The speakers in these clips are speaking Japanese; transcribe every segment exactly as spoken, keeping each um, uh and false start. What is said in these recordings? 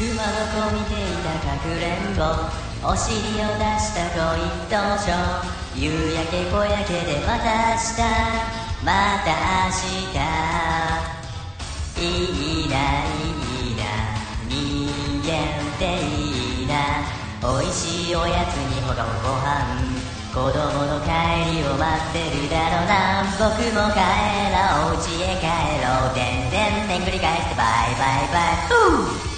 熊の子見ていたかくれんぼ、お尻を出した恋道場。夕焼け小焼けでまた明日、また明日。いいないいな、人間っていいな。おいしいおやつにほかほかご飯、子供の帰りを待ってるだろうな。僕も帰ろう、家へ帰ろう、でんでんでん繰り返してバイバイバイ。ふう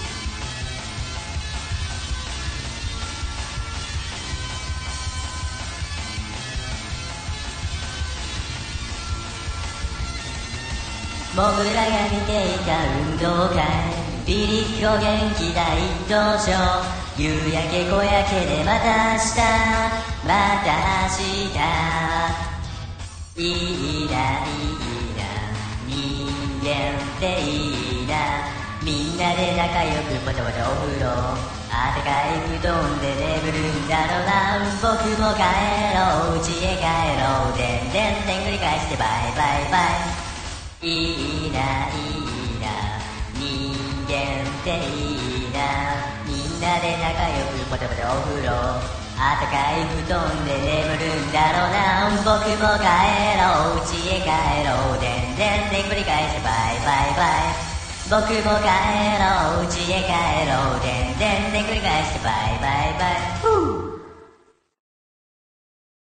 僕らが見ていた運動会、ビリッコ元気大道場。夕焼け小焼けでまた明日、また明日。いいないいな、人間っていいな。みんなで仲良くポタポタお風呂、あったかい布団で眠るんだろうな。僕も帰ろう、家へ帰ろう、でんでんでん繰り返してバイバイバイ。いいないいな、人間っていいな。みんなで仲良くポタポタお風呂、あったかい布団で眠るんだろうな。僕も帰ろう、家へ帰ろう、でんでんでん繰り返してバイバイバイ。僕も帰ろう、家へ帰ろう、でんでんでん繰り返してバイバイバイ。ふう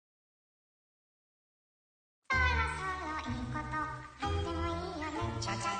そろそろいいことあってもいいよね。ちゃちゃ